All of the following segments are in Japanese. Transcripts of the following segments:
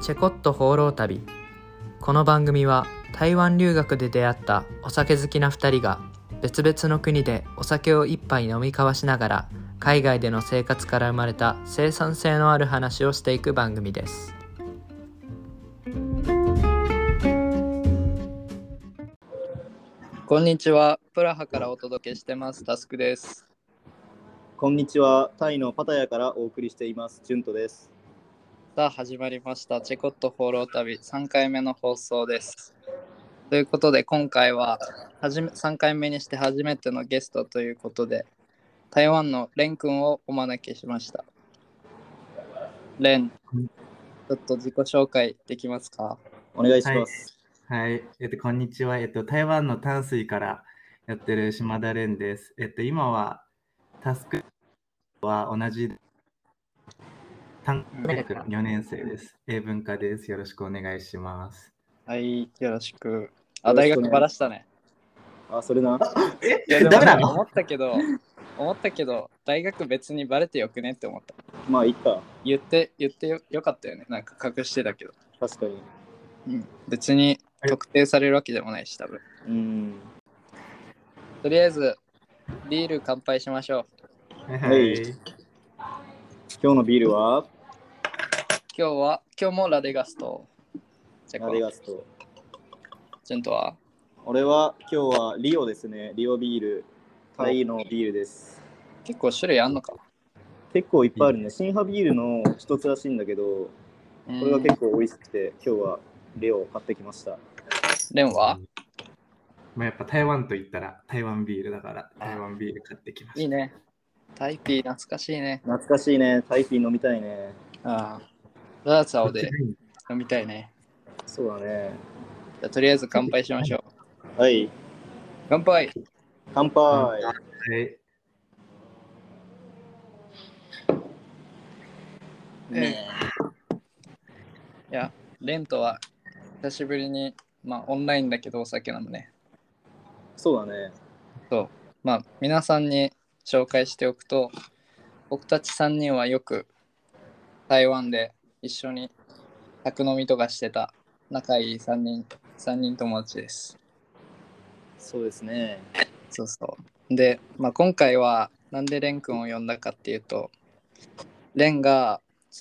チェコット放浪旅。この番組は台湾留学で出会ったお酒好きな2人が別々の国でお酒を一杯飲み交わしながら海外での生活から生まれた生産性のある話をしていく番組です。こんにちは、プラハからお届けしてますタスクです。 こんにちは、タイのパタヤからお送りしていますジュントです。 さあ始まりましたチェコット放浪旅3回目の放送です。ということで今回は3回目にして初めてのゲストということで台湾のレン君をお招きしました。レン、ちょっと自己紹介できますか？ お願いします。 はい、こんにちは。台湾の淡水からやってる島田蓮です。今はタスクは同じ単学4年生です。英文科です。よろしくお願いします。 はい、よろしく。大学バラしたね。 それな。 いやでも思ったけど大学別にバレてよくねって思った。 まあいいか。 言ってよかったよね。なんか隠してたけど。 確かに。 別に特定されるわけでもないし多分。とりあえずビール乾杯しましょう。はい。 今日のビールは今日もラデガスト。 ラデガスト。 ジュントは俺は今日はリオですね。リオビール。タイのビールです。 結構種類あんのか？ 結構いっぱいあるね。シンハビールの一つらしいんだけど、これが結構美味しくて、今日はレオを買ってきました。 レンはやっぱ台湾と言ったら台湾ビールだから台湾ビール買ってきました。 いいね。タイピー懐かしいね。 懐かしいね。タイピー飲みたいね。 ラーツァオで飲みたいね。 そうだね。 じゃとりあえず乾杯しましょう。はい。 乾杯。 乾杯。はい。 いや、レンとは久しぶりに、オンラインだけどお酒飲むね。 そうだね。 そう。皆さんに紹介しておくと、僕たち3人はよく台湾で一緒に宅飲みとかしてた仲いい3人友達です。 そうですね。 そうそう。で、今回はなんでレン君を呼んだかっていうと、レンが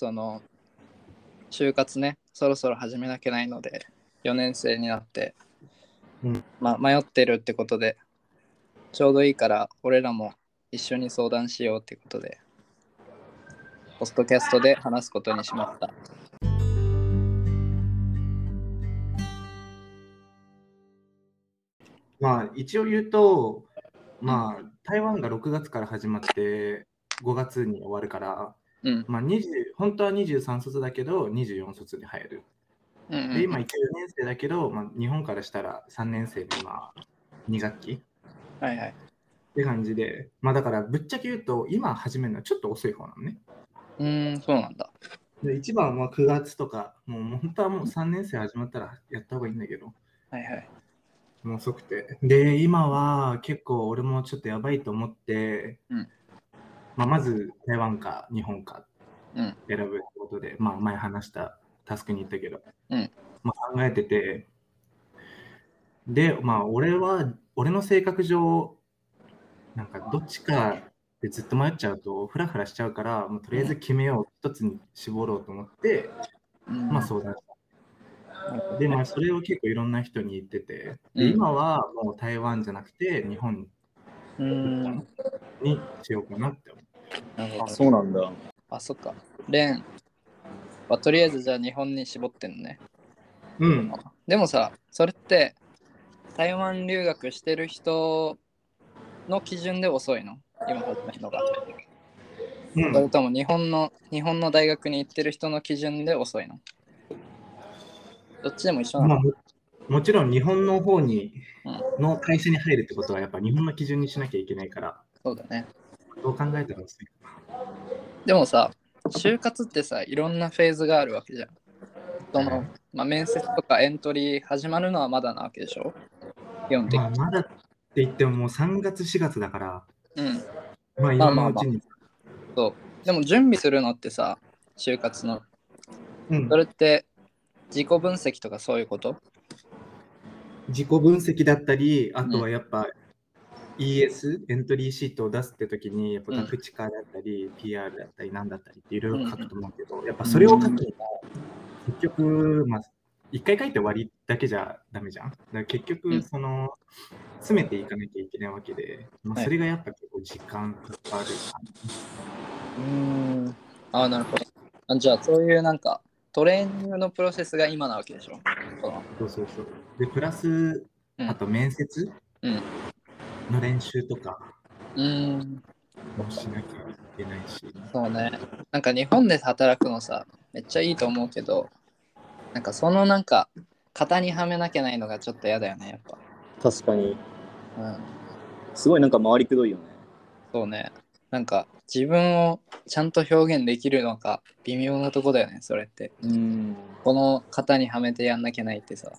就活ね、そろそろ始めなきゃないので4年生になって、迷ってるってことでちょうどいいから俺らも一緒に相談しようってことでポストキャストで話すことにしました。 一応言うと、台湾が6月から始まって5月に終わるから、本当は23卒だけど24卒に入る。で、今一応4年生だけど、日本からしたら3年生の2学期。 はいはい。 って感じで、だからぶっちゃけ言うと、今始めるのはちょっと遅い方なのね。 そうなんだ。 で一番は9月とか、もう本当はもう3年生始まったらやった方がいいんだけど。 はいはい。 もう遅くて。で、今は結構俺もちょっとやばいと思って、まず台湾か日本か選ぶってことで、前話したタスクに言ったけど、考えてて、で、俺の性格上、なんかどっちかでずっと迷っちゃうとフラフラしちゃうから、とりあえず決めよう、一つに絞ろうと思って、相談した。で、それを結構いろんな人に言ってて、で今はもう台湾じゃなくて日本にしようかなって思う。そうなんだ。 そっか。レンはとりあえずじゃあ日本に絞ってんのね。でもさ、それって台湾留学してる人の基準で遅いの？今始めるのが。それとも日本の大学に行ってる人の基準で遅いの？どっちでも一緒なの？ もちろん日本の方の会社に入るってことはやっぱ日本の基準にしなきゃいけないから。 そうだね。 どう考えたら遅い。 でもさ、就活ってさ、いろんなフェーズがあるわけじゃん。面接とかエントリー始まるのはまだなわけでしょ？基本的に。 まだって言ってももう3月4月だから。 今のうちに。そう。でも準備するのってさ、就活の。それって自己分析とかそういうこと？ 自己分析だったり、あとはやっぱ、ES、エントリーシートを出すってときに、やっぱガクチカだったり、PR だったり、なんだったりっていろいろ書くと思うけど、やっぱそれを書くにも、結局、まあ、一回書いて終わりだけじゃダメじゃん。だから結局、詰めていかなきゃいけないわけで、まあ、それがやっぱ結構時間かかるかな。なるほど。じゃあ、そういうなんか、トレーニングのプロセスが今なわけでしょ。 そう。で、プラス、あと面接の練習とかもしなきゃいけないし。 そうね。なんか日本で働くのさ、めっちゃいいと思うけど、なんかそのなんか、型にはめなきゃないのがちょっと嫌だよね、やっぱ。 確かに。すごいなんか回りくどいよね。 そうね。なんか自分をちゃんと表現できるのか微妙なとこだよね、それって。この型にはめてやんなきゃないってさ。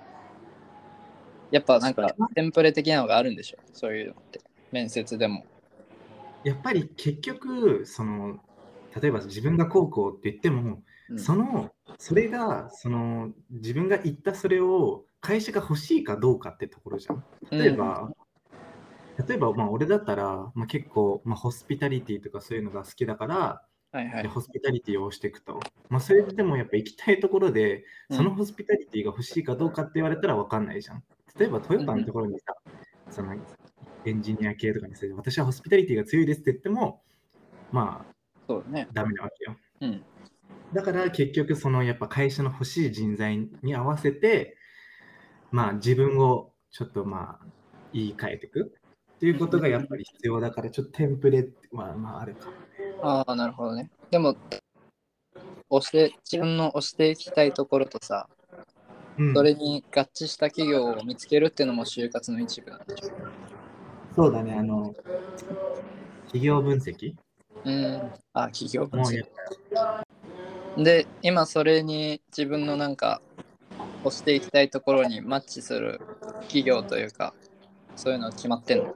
やっぱなんかテンプレ的なのがあるんでしょ、そういうのって。面接でも。 やっぱり結局、例えば自分がこうって言っても、それが自分が言ったそれを会社が欲しいかどうかってところじゃん。例えば、まあ、俺だったら、まあ、結構、まあ、ホスピタリティとかそういうのが好きだから、ホスピタリティを押していくと。まあ、それでもやっぱ行きたいところで、そのホスピタリティが欲しいかどうかって言われたら分かんないじゃん。例えばトヨタのところにさ、エンジニア系とかにする、私はホスピタリティが強いですって言っても、まあ、ダメなわけよ。だから結局、やっぱ会社の欲しい人材に合わせて、まあ自分をちょっとまあ言い換えていくっていうことがやっぱり必要だから、ちょっとテンプレはまああるかもね。なるほどね。でも、自分の推していきたいところとさ、それに合致した企業を見つけるっていうのも就活の一部なんでしょう。 そうだね、企業分析。 企業分析。で、今それに自分のなんか推していきたいところにマッチする企業というか、そういうのは決まってんの？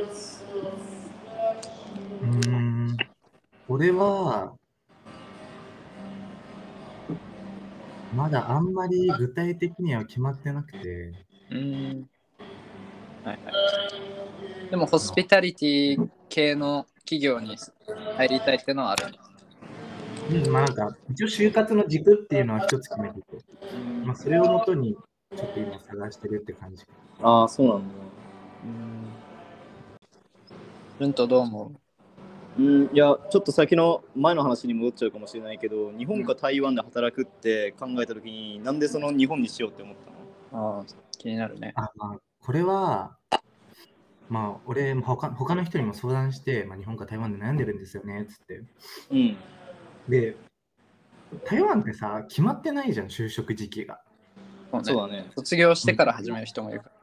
俺はまだあんまり具体的には決まってなくて。 でもホスピタリティ系の企業に入りたいっていうのはあるんだ。 まあなんか一応就活の軸っていうのは一つ決めてて、まあそれをもとにちょっと今探してるって感じ。 そうなんだ。 ルントどう思う？ いや、ちょっと先の前の話に戻っちゃうかもしれないけど、日本か台湾で働くって考えたときに、なんでその日本にしようって思ったの？ 気になるね。 まあ、これは、まあ、俺、他の人にも相談して、まあ、日本か台湾で悩んでるんですよね、つって。で、台湾ってさ、決まってないじゃん、就職時期が。 そうだね。 卒業してから始める人もいるから。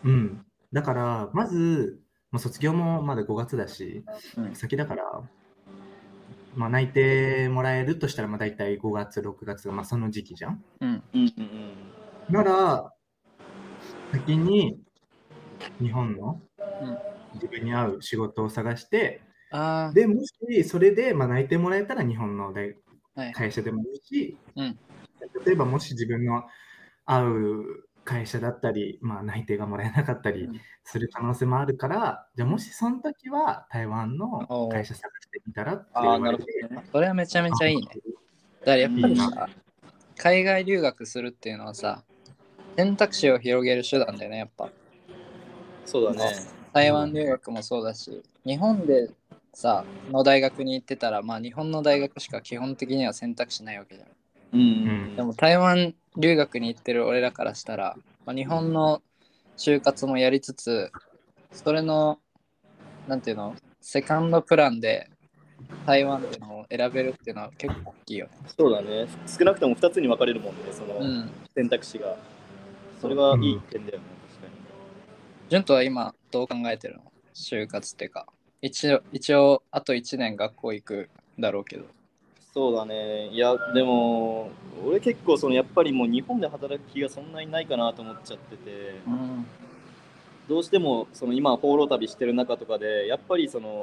だから、まず、卒業もまだ5月だし、先だから、まあ、内定もらえるとしたら、まあ、大体5月、6月、まあ、その時期じゃん。なら、先に日本の自分に合う仕事を探して、でもしそれで、まあ、内定もらえたら日本の会社でもいいし、例えばもし自分の合う会社だったり、まあ、内定がもらえなかったりする可能性もあるから、じゃあもしその時は台湾の会社探してみたらって言われて、 それはめちゃめちゃいいね。だからやっぱりさ、海外留学するっていうのはさ、選択肢を広げる手段だよね、やっぱ。 そうだね。 台湾留学もそうだし、日本でさ、の大学に行ってたら、まあ日本の大学しか基本的には選択肢ないわけじゃん。でも台湾留学に行ってる俺らからしたら、まあ、日本の就活もやりつつ、それの、なんていうの、セカンドプランで台湾っていうのを選べるっていうのは結構大きいよね。 そうだね。少なくとも2つに分かれるもんね、その選択肢が。それはいい点だよね、確かに。 ジュントは今どう考えてるの？就活っていうか。一応あと1年学校行くだろうけど。 そうだね。いや、でも、俺結構やっぱりもう日本で働く気がそんなにないかなと思っちゃってて、どうしても今放浪旅してる中とかでやっぱり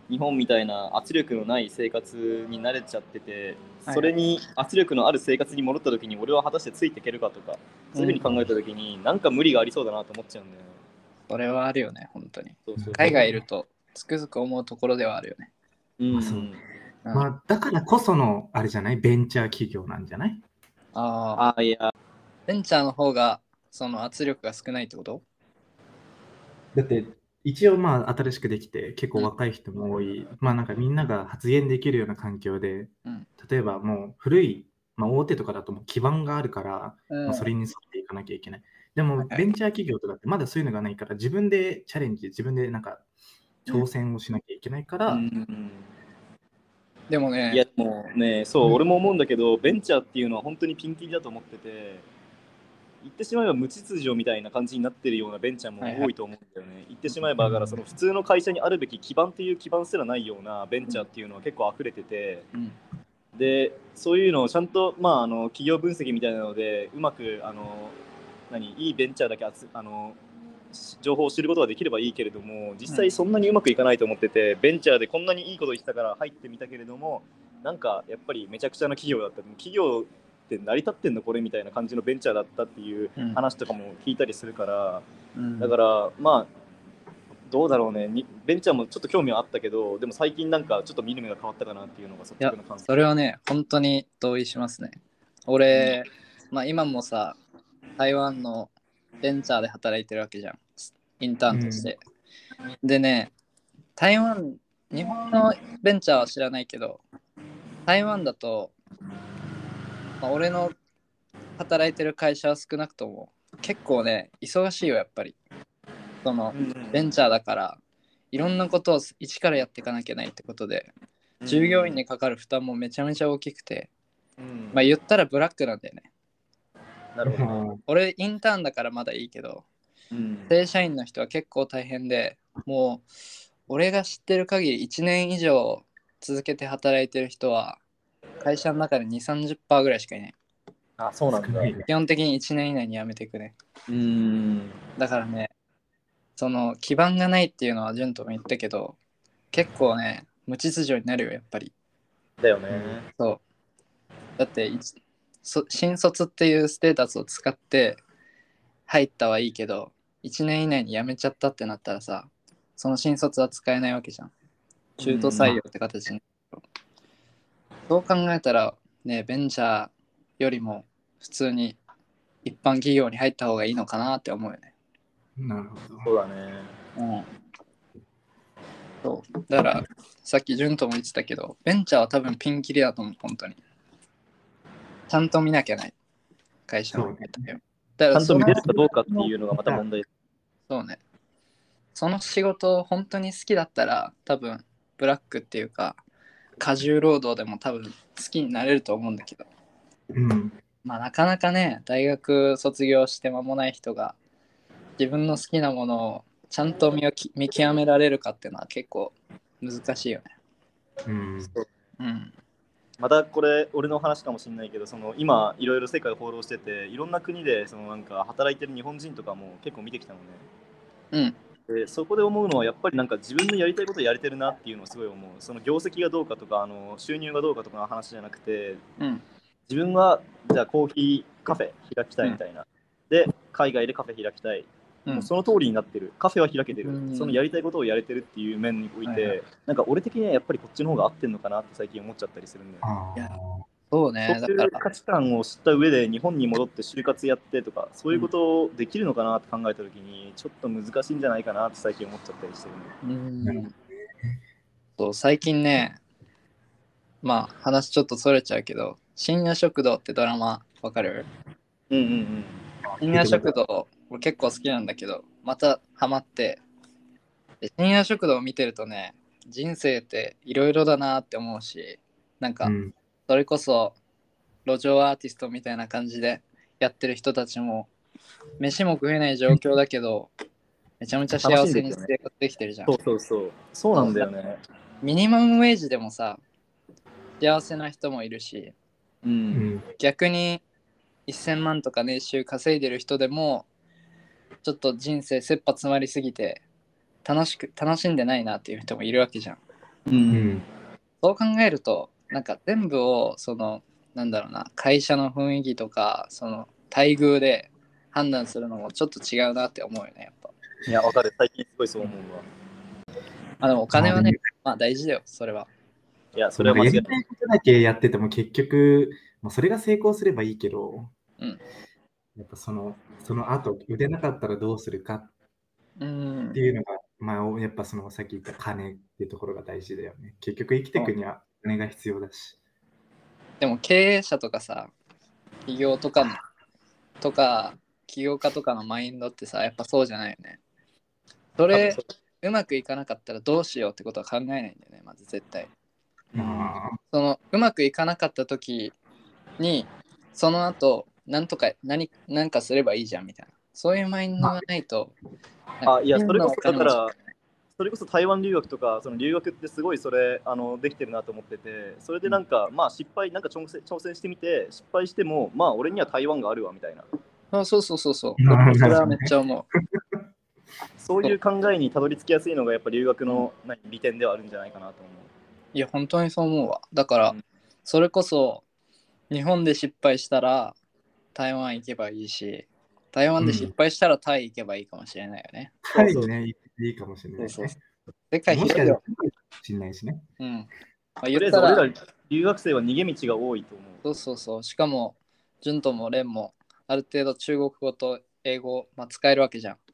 日本みたいな圧力のない生活に慣れちゃってて、それに圧力のある生活に戻った時に俺は果たしてついていけるかとか、そういうふうに考えた時になんか無理がありそうだなと思っちゃうんだよね。 それはあるよね、本当に。海外いるとつくづく思うところではあるよね。 まあ、だからこそのあれじゃない、ベンチャー企業なんじゃない？ いや。 ベンチャーの方がその圧力が少ないってこと？ だって一応まあ新しくできて結構若い人も多い、まあなんかみんなが発言できるような環境で、例えばもう古い、まあ、大手とかだともう基盤があるから、まあ、それに沿っていかなきゃいけない。でもベンチャー企業とかってまだそういうのがないから自分でチャレンジ、自分でなんか挑戦をしなきゃいけないから、 でもね、 いやもうね、そう、俺も思うんだけど、ベンチャーっていうのは本当にピンキリだと思ってて、言ってしまえば無秩序みたいな感じになってるようなベンチャーも多いと思うんだよね。言ってしまえば、だからその普通の会社にあるべき基盤っていう基盤すらないようなベンチャーっていうのは結構溢れてて、で、そういうのをちゃんと、まあ、企業分析みたいなので、うまくいいベンチャーだけ情報を知ることができればいいけれども、実際そんなにうまくいかないと思ってて、ベンチャーでこんなにいいこと言ってたから入ってみたけれども、なんかやっぱりめちゃくちゃな企業だった。企業って成り立ってんのこれみたいな感じのベンチャーだったっていう話とかも聞いたりするから、だからまあどうだろうね、ベンチャーもちょっと興味はあったけど、でも最近なんかちょっと見る目が変わったかなっていうのが率直な感想。 それはね、本当に同意しますね。俺、まあ今もさ、台湾のベンチャーで働いてるわけじゃん。インターンとして。でね、日本のベンチャーは知らないけど、台湾だと、まあ、俺の働いてる会社は少なくとも結構ね、忙しいよ、やっぱり。その、ベンチャーだから、いろんなことを一からやっていかなきゃいけないってことで、従業員にかかる負担もめちゃめちゃ大きくて、まあ言ったらブラックなんだよね。 なるほど。 俺インターンだからまだいいけど、正社員の人は結構大変で、もう俺が知ってる限り1年以上続けて働いてる人は会社の中で 2,30% ぐらいしかいない。 あ、そうなんだ。 基本的に1年以内に辞めていくね。だからね、その基盤がないっていうのは順とも言ったけど、結構ね、無秩序になるよ、やっぱり。 だよね。 そう。だって新卒っていうステータスを使って入ったはいいけど、1年以内に辞めちゃったってなったらさ、その新卒は使えないわけじゃん。中途採用って形に。そう考えたら、ね、ベンチャーよりも普通に一般企業に入った方がいいのかなって思うよね。 なるほど。 そうだね。 そうだからさっき潤とも言ってたけど、ベンチャーは多分ピンキリだと思う、本当に。ちゃんと見なきゃない会社の。 だからちゃんと見れるかどうかっていうのがまた問題。 そうね。その仕事を本当に好きだったら多分ブラックっていうか過重労働でも多分好きになれると思うんだけど、まあなかなかね、大学卒業して間もない人が自分の好きなものをちゃんと見極められるかっていうのは結構難しいよね。 またこれ俺の話かもしれないけど、その今いろいろ世界を放浪してて、いろんな国でそのなんか働いてる日本人とかも結構見てきたのね。でそこで思うのはやっぱりなんか自分のやりたいことをやれてるなっていうのをすごい思う。その業績がどうかとか収入がどうかとかの話じゃなくて、自分はじゃあコーヒーカフェ開きたいみたいな、で海外でカフェ開きたい、もうその通りになってる、カフェは開けてる、そのやりたいことをやれてるっていう面において、なんか俺的にはやっぱりこっちの方が合ってんのかなって最近思っちゃったりするんだよね。 そうね。 そういう価値観を知った上で日本に戻って就活やってとか、そういうことできるのかなって考えたときに、ちょっと難しいんじゃないかなって最近思っちゃったりしてるね。 そう、最近ね、まあ話ちょっとそれちゃうけど、深夜食堂ってドラマわかる？深夜食堂俺結構好きなんだけど、またハマって、深夜食堂を見てるとね、人生っていろいろだなって思うし、なんかそれこそ路上アーティストみたいな感じでやってる人たちも飯も食えない状況だけどめちゃめちゃ幸せに生活できてるじゃん。 そうなんだよね。 ミニマムウェージでもさ、幸せな人もいるし、逆に1000万とか年収稼いでる人でもちょっと人生切羽詰まりすぎて楽しんでないなっていう人もいるわけじゃん。 うん。 そう考えると、なんか全部を、なんだろうな、会社の雰囲気とか、待遇で判断するのもちょっと違うなって思うよね、やっぱ。 いや、わかる。最近すごいそう思うわ。 でもお金はね、大事だよ、それは。 いや、それは間違いない。 やりたいことだけやってても結局、それが成功すればいいけど、やっぱその後、売れなかったらどうするかっていうのが、やっぱさっき言った金っていうところが大事だよね。結局生きていくには金が必要だし。 でも経営者とかさ、起業とか起業家とかのマインドってさ、やっぱそうじゃないよね。それ、うまくいかなかったらどうしようってことは考えないんだよね、まず絶対。うまくいかなかった時に、その後、なんかすればいいじゃんみたいな。そういうマインドがないと。 いや、それこそだから、それこそ台湾留学とか、その留学ってすごいそれできてるなと思ってて、それでなんか、失敗、なんか挑戦してみて、失敗しても、俺には台湾があるわみたいな。 そう。それはめっちゃ思う。 そういう考えにたどり着きやすいのが、やっぱ留学の利点ではあるんじゃないかなと思う。 いや、本当にそう思うわ。だから、それこそ、日本で失敗したら台湾行けばいいし、台湾で失敗したらタイ行けばいいかもしれないよね。 タイね、いいかもしれない、ね。 世界広いよ。しれないしね。 とりあえず俺ら留学生は逃げ道が多いと思う。そう。しかも、潤ともレンもある程度中国語と英語、使えるわけじゃん。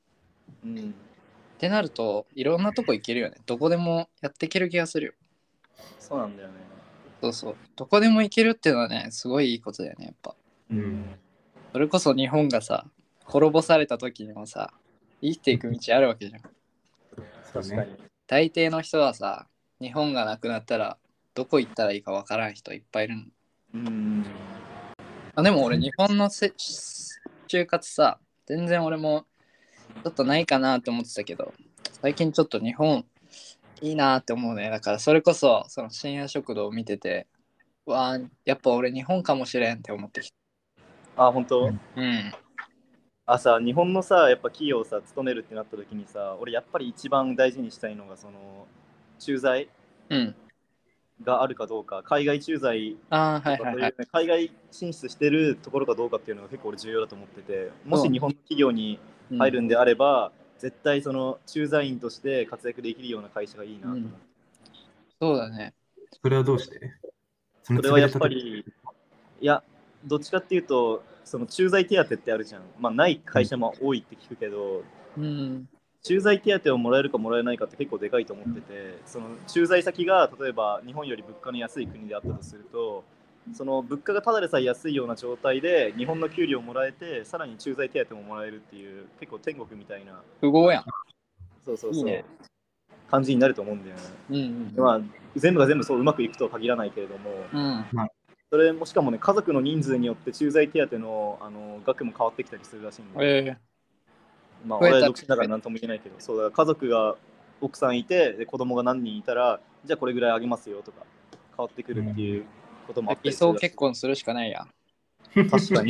ってなると、いろんなとこ行けるよね。どこでもやっていける気がするよ。 そうなんだよね。 そう。どこでも行けるっていうのはね、すごいいいことだよね、やっぱ。それこそ日本がさ、滅ぼされた時にもさ、生きていく道あるわけじゃん。 確かに。 大抵の人はさ、日本がなくなったらどこ行ったらいいかわからん人いっぱいいるの。でも俺日本の就活さ、全然俺もちょっとないかなって思ってたけど、最近ちょっと日本いいなって思うね。だからそれこそその深夜食堂を見てて、やっぱ俺日本かもしれんって思ってきた。本当？さ、日本のさ、やっぱ企業さ、勤めるってなった時にさ、俺やっぱり一番大事にしたいのが、その、駐在があるかどうか、海外駐在とかそういう、海外進出してるところかどうかっていうのが結構俺重要だと思ってて、もし日本の企業に入るんであれば、絶対その駐在員として活躍できるような会社がいいなと思って。 そうだね。 それはどうして？ それはやっぱり、いや、どっちかっていうと、その駐在手当ってあるじゃん。ない会社も多いって聞くけど、駐在手当をもらえるかもらえないかって結構でかいと思ってて、その駐在先が例えば日本より物価の安い国であったとすると、その物価がただでさえ安いような状態で日本の給料をもらえて、さらに駐在手当ももらえるっていう、結構天国みたいな。 不合やん。 そう。 いいね。 感じになると思うんだよね。全部が全部そううまくいくとは限らないけれども、それもしかもね、家族の人数によって駐在手当の額も変わってきたりするらしいんで。俺は独身だから何とも言えないけど、そうだ、家族が奥さんいて、で子供が何人いたら、じゃあこれぐらいあげますよとか、変わってくるっていうこともあったりする。 理想結婚するしかないや。 確かに。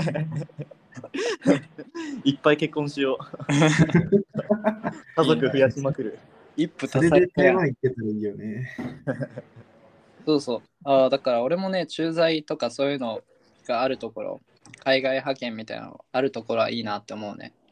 いっぱい結婚しよう。家族増やしまくる。 一夫多妻で台湾行ってたらいいよね。 そう。だから俺もね、駐在とかそういうのがあるところ、海外派遣みたいなのあるところはいいなって思うね。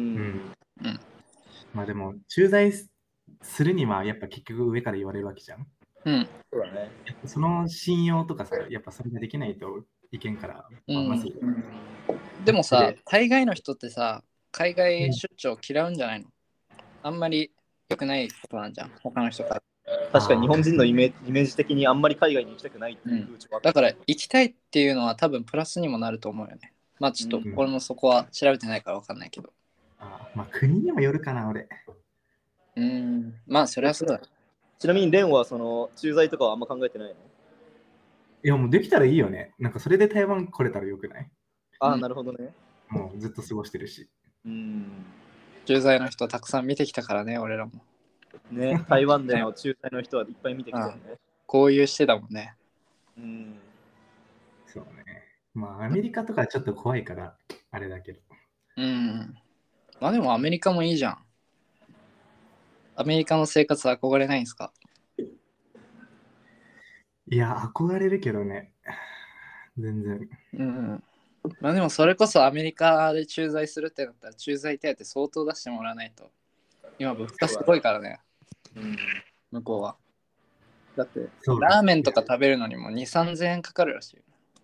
でも、駐在するにはやっぱ結局上から言われるわけじゃん。 そうだね。 その信用とかさ、やっぱそれができないといけんから、まず。 でもさ、大概の人ってさ、海外出張嫌うんじゃないの？あんまり良くないことなんじゃん、他の人から。 確かに日本人のイメージ的にあんまり海外に行きたくないっていう風潮だから行きたいっていうのは多分プラスにもなると思うよね。ちょっと俺もそこは調べてないから分かんないけど。 国にもよるかな、俺。 それはそうだ。 ちなみにレンはその駐在とかはあんま考えてないの？ いや、もうできたらいいよね。なんかそれで台湾来れたらよくない？ なるほどね。 もうずっと過ごしてるし。 駐在の人たくさん見てきたからね、俺らも。 ね、台湾での駐在の人はいっぱい見てきたよね。 交流してたもんね。 そうね。アメリカとかちょっと怖いから、あれだけど。 でもアメリカもいいじゃん。アメリカの生活憧れないんですか？ いや、憧れるけどね。全然。 うん。まあでもそれこそアメリカで駐在するってなったら駐在手当相当出してもらわないと。今物価すごいからね。 うん、 向こうは。だってそうラーメンとか食べるのにも2、3000円かかるらしいよ。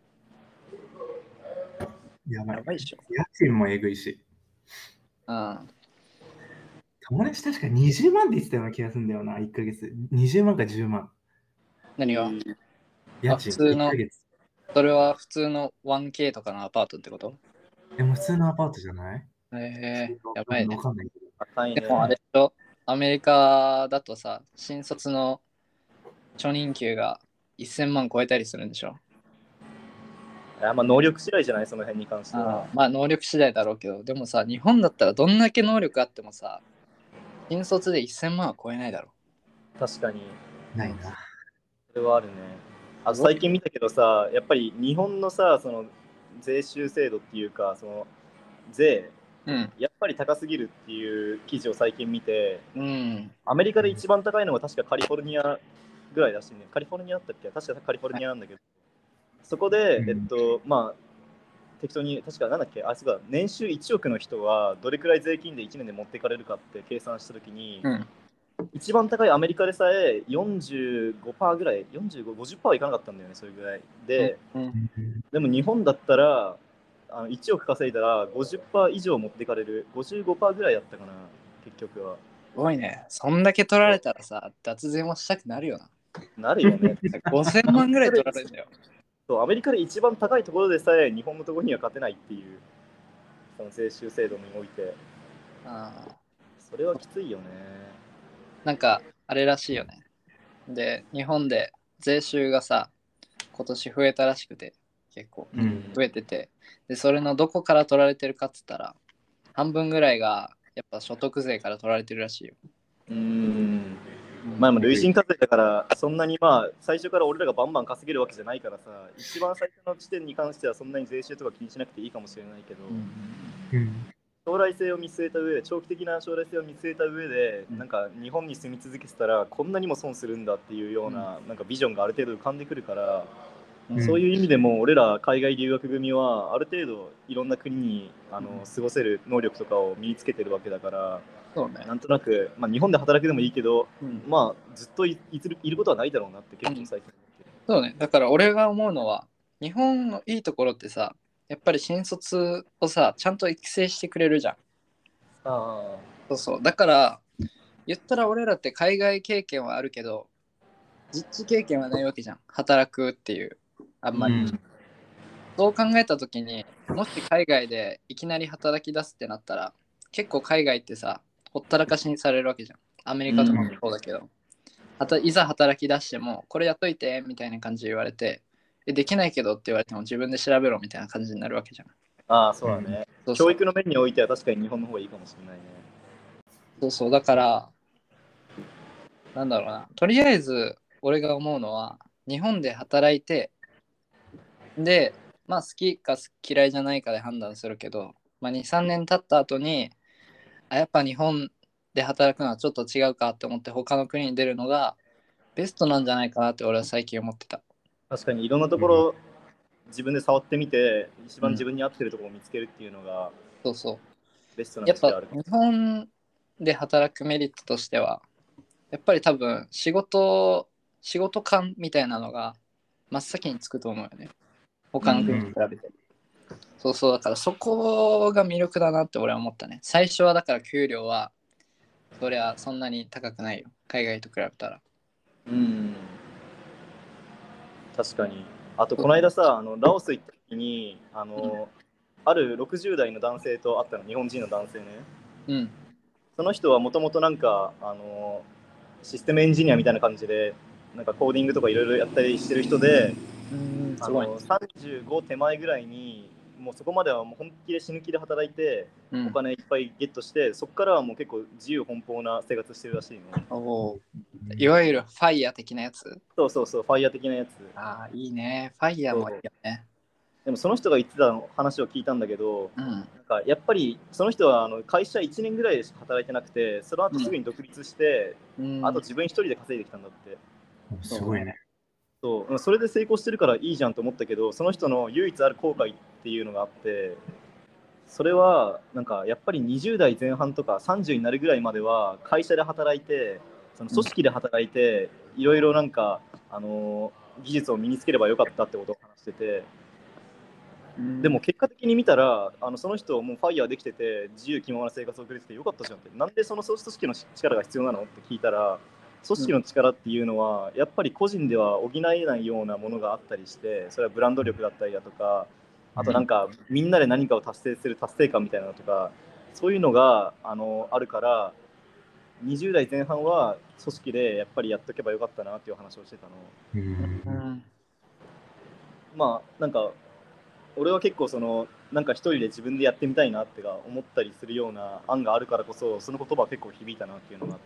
やばい。 やばいでしょ。 家賃もえぐいし。 うん。 友達確か20万って言ってたような気がするんだよな、1ヶ月。20万か10万。 何が家賃普通の 1ヶ月。 それは普通の 1K とかのアパートってこと？ でも普通のアパートじゃない？ やばいね。 わかんないけど。 高いね。 でもあれでしょ、アメリカだとさ、新卒の初任給が1000万超えたりするんでしょ。 まあ能力次第じゃない、その辺に関しては。 まあ能力次第だろうけど、でもさ、日本だったらどんだけ能力あってもさ、新卒で1000万は超えないだろう。確かに。 ないな。 それはあるね。最近見たけどさ、やっぱり日本のさ、その税収制度っていうか、その税、やっぱり高すぎるっていう記事を最近見て、アメリカで一番高いのは確かカリフォルニアぐらいだしね。カリフォルニアだったっけ？確かカリフォルニアなんだけど、そこで、まあ、適当に、確かなんだっけ、そうだ、年収1億の人はどれくらい税金で1年で持っていかれるかって計算したときに、一番高いアメリカでさえ45%ぐらい、45、50%はいかなかったんだよね、それぐらい。で、でも日本だったら、1億稼いだら50%以上持ってかれる、55%ぐらいだったかな、結局は。 すごいね。そんだけ取られたらさ、脱税もしたくなるよな。 なるよね。 5000万ぐらい取られるんだよ。 そう、アメリカで一番高いところでさえ日本のところには勝てないっていう、その税収制度において。それはきついよね。 なんか、あれらしいよね。で、日本で税収がさ、今年増えたらしくて、結構増えてて、で、それのどこから取られてるかっつったら、半分ぐらいがやっぱ所得税から取られてるらしいよ。 まあ、累進課税だから、そんなにまあ、最初から俺らがバンバン稼げるわけじゃないからさ、一番最初の時点に関してはそんなに税収とか気にしなくていいかもしれないけど、将来性を見据えた上で、長期的な将来性を見据えた上で、なんか日本に住み続けてたら、こんなにも損するんだっていうような、なんかビジョンがある程度浮かんでくるから、そういう意味でも、俺ら海外留学組は、ある程度いろんな国に過ごせる能力とかを身につけてるわけだから、 そうね、 なんとなく、まあ、日本で働くでもいいけど、まあ、ずっといることはないだろうなって結構最近思ってる。 そうね、だから俺が思うのは、日本のいいところってさ、やっぱり新卒をさ、ちゃんと育成してくれるじゃん。そうそう。だから、言ったら俺らって海外経験はあるけど、実地経験はないわけじゃん。働くっていう、あんまり。そう考えたときに、もし海外でいきなり働き出すってなったら、結構海外ってさ、ほったらかしにされるわけじゃん。アメリカとかもそうだけど、いざ働き出しても、これやっといてみたいな感じで言われて、できないけどって言われても自分で調べろみたいな感じになるわけじゃん。 そうだね。教育の面においては確かに日本の方がいいかもしれないね。 そうそう、だから、なんだろうな、とりあえず俺が思うのは、日本で働いて、で、まあ好きか嫌いじゃないかで判断するけど、まあ、2、3年経った後に、やっぱ日本で働くのはちょっと違うかって思って他の国に出るのがベストなんじゃないかなって俺は最近思ってた。 確かにいろんなところ、自分で触ってみて、一番自分に合ってるところを見つけるっていうのが、 そうそう。 ベストな道である。 やっぱ日本で働くメリットとしては、やっぱり多分仕事感みたいなのが真っ先につくと思うよね。他の国に比べて。そうそう、だからそこが魅力だなって俺は思ったね。最初はだから給料はそりゃそんなに高くないよ。海外と比べたら。 確かに。あとこの間さ、ラオス行った時にある60代の男性と会ったの、日本人の男性ね。その人はもともとなんかシステムエンジニアみたいな感じで、なんかコーディングとかいろいろやったりしてる人で、35手前ぐらいにもうそこまではもう本気で死ぬ気で働いて、お金いっぱいゲットして、そこからはもう結構自由奔放な生活してるらしいの。 いわゆるファイヤー的なやつ？ そうそうそう、ファイヤー的なやつ。 いいね。ファイヤーもいいよね。 でもその人が言ってた話を聞いたんだけど、なんかやっぱりその人は会社1年ぐらいでしか働いてなくて、その後すぐに独立して、あと自分一人で稼いできたんだって。 すごいね。 そうそれで成功してるからいいじゃんと思ったけど、その人の唯一ある後悔っていうのがあって、それはなんかやっぱり20代前半とか30になるぐらいまでは会社で働いて、その組織で働いて、いろいろなんか、技術を身につければよかったってことを話してて、でも結果的に見たらその人もうファイヤーできてて自由気ままな生活を送れててよかったじゃんって、なんでその組織の力が必要なのって聞いたら、組織の力っていうのはやっぱり個人では補えないようなものがあったりして、それはブランド力だったりだとか、あとなんかみんなで何かを達成する達成感みたいなのとか、そういうのがあるから、20代前半は組織でやっぱりやっとけばよかったなっていう話をしてたの。まあなんか俺は結構なんか一人で自分でやってみたいなって思ったりするような案があるからこそ、その言葉は結構響いたなっていうのがあって、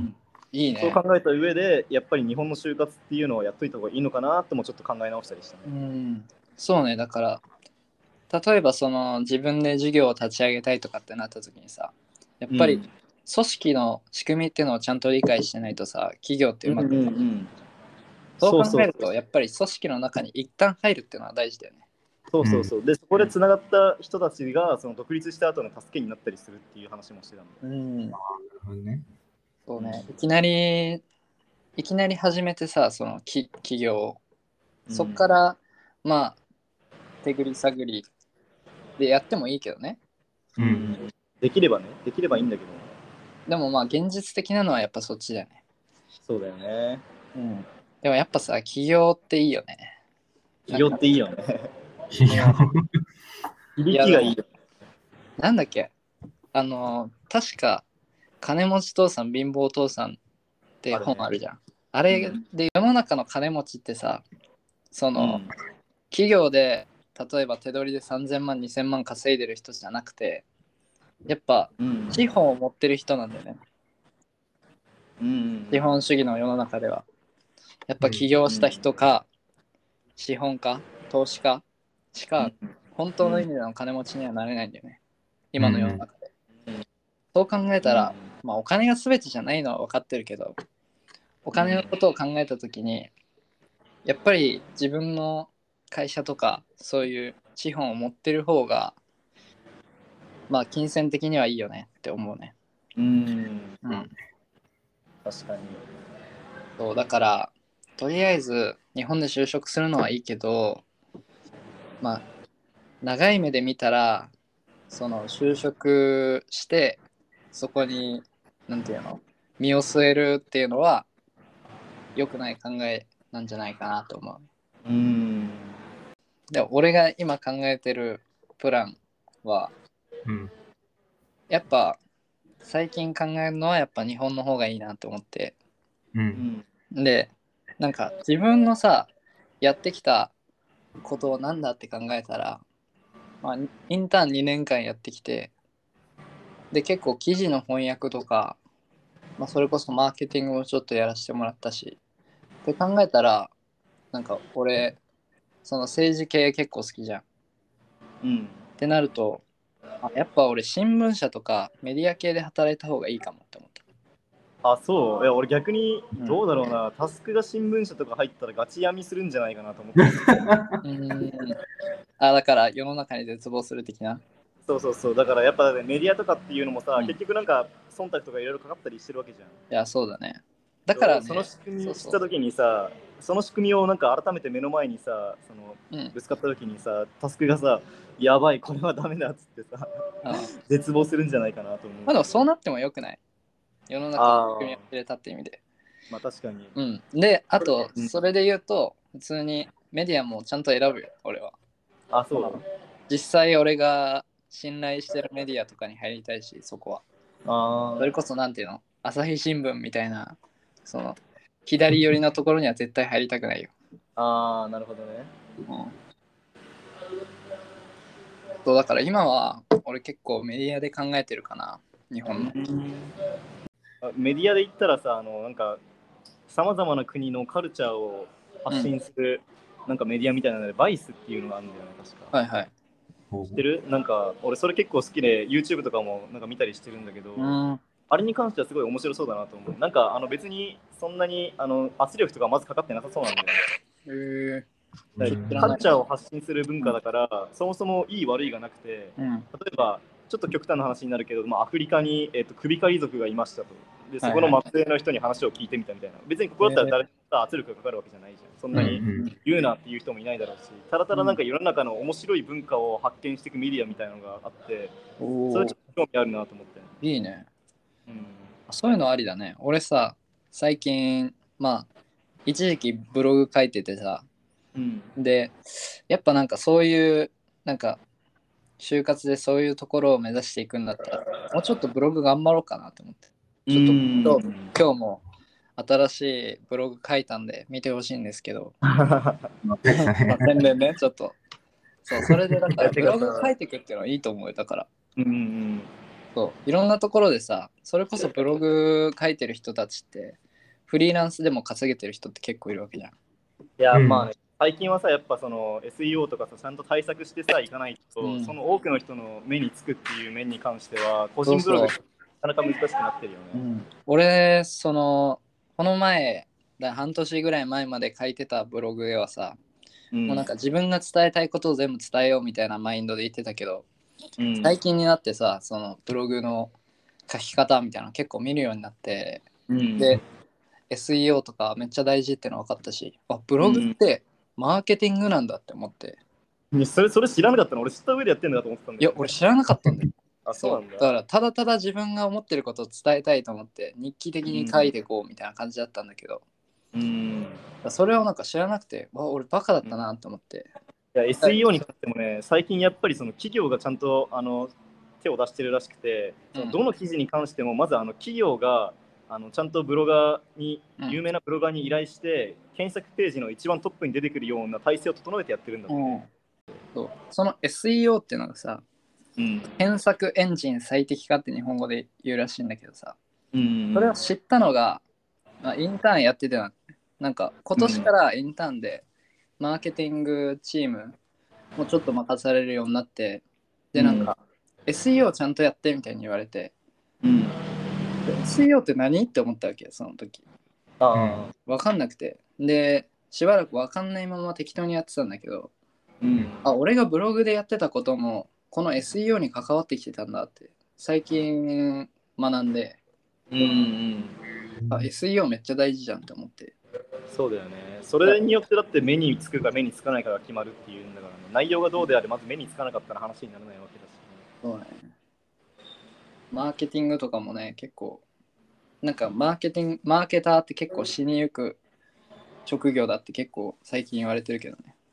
いいね。 そう考えた上でやっぱり日本の就活っていうのはやっといた方がいいのかなともちょっと考え直したりしたね。 そうね。だから例えば自分で事業を立ち上げたいとかってなった時にさ、やっぱり組織の仕組みっていうのをちゃんと理解してないとさ、企業ってうまくいかない。そう考えるとやっぱり組織の中に一旦入るっていうのは大事だよね。 でそこでつながった人たちがその独立した後の助けになったりするっていう話もしてたんだ。 そうね。いきなり始めてさ、その企業をそっからまあ手繰り探りでやってもいいけどね。 できればいいんだけど。 でもまあ現実的なのはやっぱそっちだよね。 そうだよね。 でもやっぱさ、起業っていいよね。 起業っていいよね。 響きがいいよ。 なんだっけ、確か金持ち父さん貧乏父さんって本あるじゃん。あれで世の中の金持ちってさ、企業で例えば手取りで3000万2000万稼いでる人じゃなくて、やっぱ資本を持ってる人なんだよね。資本主義の世の中ではやっぱ起業した人か資本家投資家しか本当の意味での金持ちにはなれないんだよね、今の世の中で。そう考えたら、まあお金が全てじゃないのは分かってるけど、お金のことを考えた時にやっぱり自分の会社とかそういう資本を持ってる方がまあ金銭的にはいいよねって思うね。 確かに。 そうだからとりあえず日本で就職するのはいいけど、まあ長い目で見たら就職してそこになんていうの身を据えるっていうのは良くない考えなんじゃないかなと思う。で俺が今考えてるプランは、やっぱ最近考えるのはやっぱ日本の方がいいなと思って、でなんか自分のさやってきたことをなんだって考えたら、まあ、インターン2年間やってきて、で結構記事の翻訳とか、まあ、それこそマーケティングもちょっとやらせてもらったしって考えたら、なんか俺政治系結構好きじゃん、ってなるとやっぱ俺新聞社とかメディア系で働いた方がいいかもって思った。 そう。いや俺逆にどうだろうな、タスクが新聞社とか入ったらガチ闇するんじゃないかなと思ってだから世の中に絶望する的な。 そうだからやっぱ、ね、メディアとかっていうのもさ、結局なんか忖度とかいろいろかかったりしてるわけじゃん。 いやそうだね。だからね、 その仕組みを知った時にさ、その仕組みをなんか改めて目の前にさぶつかった時にさ、タスクがさやばいこれはダメだっつってさ絶望するんじゃないかなと思う。 まあでもそうなってもよくない？世の中の仕組みを知れたって意味で。 まあ確かに。 であとそれで言うと普通にメディアもちゃんと選ぶよ俺は。 そう実際俺が信頼してるメディアとかに入りたいし、そこはそれこそなんていうの朝日新聞みたいな左寄りのところには絶対入りたくないよ。 なるほどね。 そうだから今は俺結構メディアで考えてるかな、日本の。 メディアで言ったらさ、なんかさまざまな国のカルチャーを発信する、なんかメディアみたいなのでバイスっていうのがあるんだよね、確か。知ってる？なんか俺それ結構好きで YouTube とかもなんか見たりしてるんだけど、 あれに関してはすごい面白そうだなと思う。なんか別にそんなに圧力とかまずかかってなさそうなんだよね。カルチャーを発信する文化だから、そもそもいい悪いがなくて、例えばちょっと極端な話になるけど、アフリカに、首狩り族がいましたと。でそこの末裔の人に話を聞いてみたみたいな。別にここだったら誰か圧力がかかるわけじゃないじゃん。そんなに言うなっていう人もいないだろうし、ただただなんか世の中の面白い文化を発見していくメディアみたいなのがあって、それちょっと興味あるなと思って。 いいね。そういうのありだね。俺さ、最近、一時期ブログ書いててさ、で、やっぱなんかそういう、なんか、就活でそういうところを目指していくんだったら、もうちょっとブログ頑張ろうかなと思って。ちょっと今日も新しいブログ書いたんで見てほしいんですけど、宣伝ね、ちょっと。そう、それでだからブログ書いていくっていうのはいいと思うよ。だから。そう、いろんなところでさ、それこそブログ書いてる人たちって、フリーランスでも稼げてる人って結構いるわけじゃん。いや、まあね、最近はさ、やっぱその SEO とかさ、ちゃんと対策してさ、いかないと、その多くの人の目につくっていう面に関しては、個人ブログなかなか難しくなってるよね。 俺、この前、半年ぐらい前まで書いてたブログではさ、もうなんか自分が伝えたいことを全部伝えようみたいなマインドで言ってたけど、最近になってさ、そのブログの書き方みたいなの結構見るようになって、で SEO とかめっちゃ大事っての分かったし、ブログってマーケティングなんだって思って、 それ知らなかったの？俺知った上でやってんだと思ってたんだよ。いや、俺知らなかったんだよ。 そうなんだ。 だからただただ自分が思ってることを伝えたいと思って日記的に書いていこうみたいな感じだったんだけど、それをなんか知らなくて、俺バカだったなと思って。 いや SEO に関してもね、最近やっぱりその企業がちゃんと手を出してるらしくて、どの記事に関してもまず企業がちゃんとブロガーに、有名なブロガーに依頼して検索ページの一番トップに出てくるような体制を整えてやってるんだって、 その SEO っていうのがさ、検索エンジン最適化って日本語で言うらしいんだけどさ、それを知ったのが、インターンやっててなんか今年からインターンでマーケティングチームもちょっと任されるようになって、でなんか、SEO ちゃんとやってみたいに言われて、SEO って何って思ったわけよ、その時。分かんなくて、でしばらく分かんないまま適当にやってたんだけど、俺がブログでやってたこともこの SEO に関わってきてたんだって最近学んで、SEO めっちゃ大事じゃんって思って。 そうだよね。それによってだって目につくか目につかないかが決まるっていうんだから、内容がどうであれまず目につかなかったら話にならないわけだし、 そうね。マーケティングとかもね、結構なんかマーケターって結構死にゆく職業だって結構最近言われてるけどね。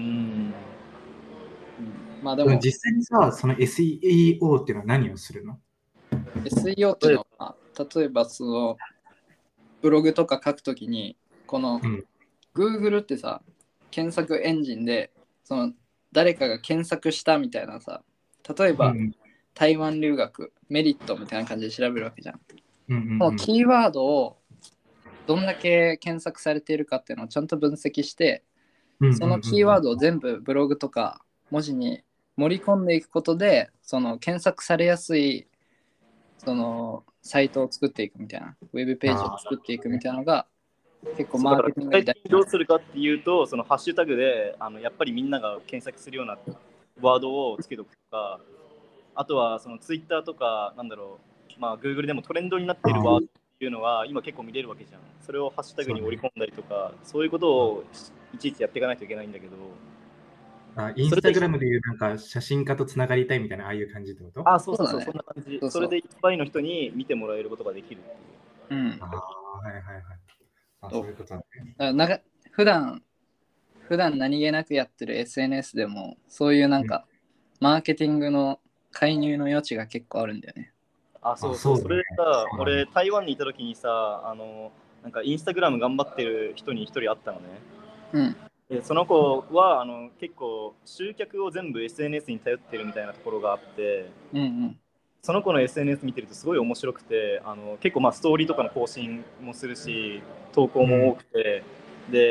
まあでも実際にさ、その SEO っていうのは何をするの？ SEO っていうのは、例えばそのブログとか書くときに、この Google ってさ、検索エンジンでその誰かが検索したみたいなさ、例えば、台湾留学メリットみたいな感じで調べるわけじゃん。このキーワードをどんだけ検索されているかっていうのをちゃんと分析して、そのキーワードを全部ブログとか文字に盛り込んでいくことで、その検索されやすいそのサイトを作っていくみたいな、ウェブページを作っていくみたいなのが結構マーケティングでどうするかっていうと、そのハッシュタグでやっぱりみんなが検索するようなワードをつけておくとか、あとはそのツイッターとかGoogle でもトレンドになっているワードっていうのは今結構見れるわけじゃん。それをハッシュタグに織り込んだりとか、そういうことをいちいちやっていかないといけないんだけど。 インスタグラムでいうなんか写真家とつながりたいみたいな、ああいう感じってこと？ そう、そんな感じ。それでいっぱいの人に見てもらえることができるっていう。 そういうことね。 普段何気なくやってる SNS でもそういうなんか、マーケティングの介入の余地が結構あるんだよね。 そう、それさ、俺台湾にいた時にさ、なんかインスタグラム頑張ってる人に一人会ったのね。でその子は結構集客を全部 SNS に頼ってるみたいなところがあって、その子の SNS 見てるとすごい面白くて、結構ストーリーとかの更新もするし投稿も多くて、で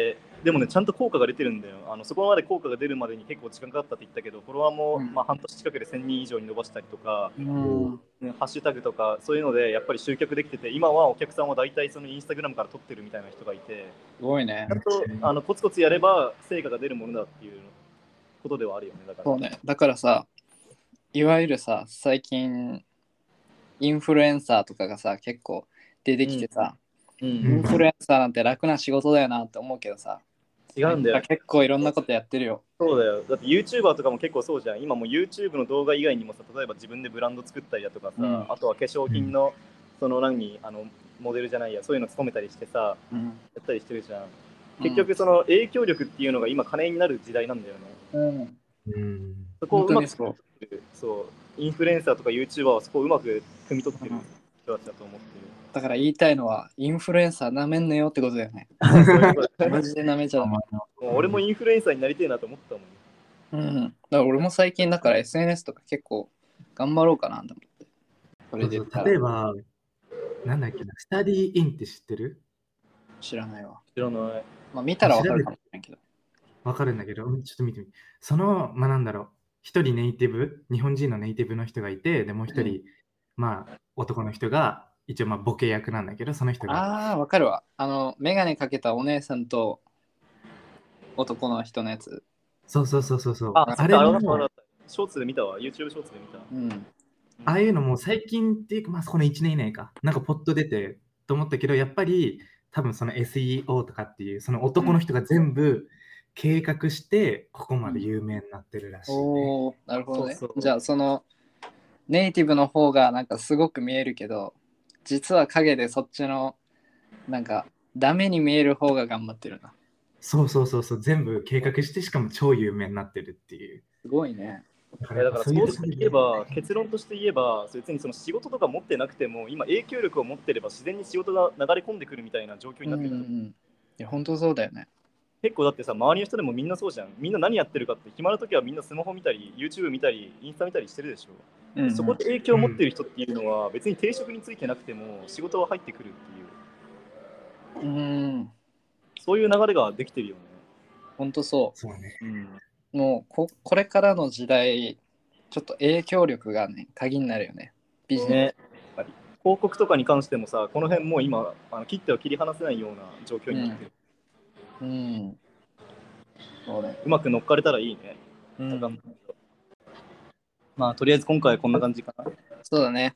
でもね、ちゃんと効果が出てるんだよ。そこまで効果が出るまでに結構時間かかったって言ったけど、フォロワーも、半年近くで1000人以上に伸ばしたりとか、ハッシュタグとかそういうのでやっぱり集客できてて、今はお客さんは大体そのインスタグラムから撮ってるみたいな人がいて、 すごいね。 ちゃんとコツコツやれば成果が出るものだっていうことではあるよね。だからそうね。だからさ、いわゆるさ、最近インフルエンサーとかがさ結構出てきてさ、インフルエンサーなんて楽な仕事だよなって思うけどさ、 違うんだよ。 結構いろんなことやってるよ。 そうだよ。だって YouTuber とかも結構そうじゃん。今もう YouTube の動画以外にもさ、例えば自分でブランド作ったりだとかさ、あとは化粧品のそのモデルじゃないや、そういうの務めたりしてさ、やったりしてるじゃん。結局その影響力っていうのが今金になる時代なんだよね。そこをうまくそうインフルエンサーとか YouTuber はそこをうまく汲み取ってる人たちだと思ってる。 だから言いたいのはインフルエンサーなめんなよってことだよね。マジでなめちゃう。 俺もインフルエンサーになりたいなと思ったもん。 だから俺も最近だから SNS とか結構頑張ろうかなと思って。 それで例えば、なんだっけな、スタディインって知ってる？ 知らないわ。 知らない。 まあ見たらわかるかもしれないけど。 わかるんだけど、ちょっと見てみ。その、なんだろう、一人ネイティブ、日本人のネイティブの人がいて、でもう一人、男の人が、一応ボケ役なんだけど、その人が。 ああ、わかるわ。メガネかけたお姉さんと男の人のやつ。 そう。 あれもショーツで見たわ。YouTube ショーツで見た。 ああいうのも最近っていうか、この1年以内か。なんかポッと出てと思ったけど、やっぱり多分その SEO とかっていう、その男の人が全部計画して、ここまで有名になってるらしい、ね。 おー、なるほどね。じゃあそのネイティブの方がなんかすごく見えるけど、実は影でそっちのなんかダメに見える方が頑張ってるな。 そう。全部計画して、しかも超有名になってるっていう。 すごいね。 だからそうして言えば、結論として言えば、別にその仕事とか持ってなくても、今影響力を持ってれば自然に仕事が流れ込んでくるみたいな状況になってる。 いや、本当そうだよね。 結構だってさ、周りの人でもみんなそうじゃん。みんな何やってるかって、暇な時はみんなスマホ見たり、YouTube 見たり、インスタ見たりしてるでしょ。そこで影響を持ってる人っていうのは、別に定職についてなくても仕事は入ってくるっていう。そういう流れができてるよね。 本当そう。 そうね。 もうこれからの時代、ちょっと影響力がね、鍵になるよね。ビジネス。 広告とかに関してもさ、この辺もう今、切っては切り離せないような状況になってる。 そうね。 うまく乗っかれたらいいね。とりあえず今回はこんな感じかな。 そうだね。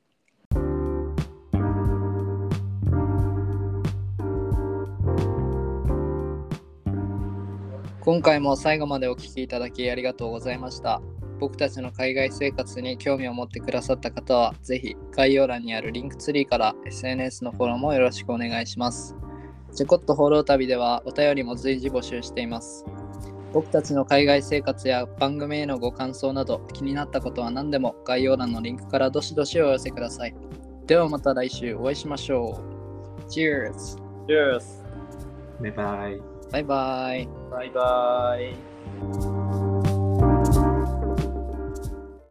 今回も最後までお聞きいただきありがとうございました。僕たちの海外生活に興味を持ってくださった方は、ぜひ概要欄にあるリンクツリーから SNS のフォローもよろしくお願いします。チェコット放浪旅ではお便りも随時募集しています。僕たちの海外生活や番組へのご感想など気になったことは何でも概要欄のリンクからどしどしお寄せください。ではまた来週お会いしましょう。Cheers! Cheers! バイバイ。 バイバイ。 バイバイ。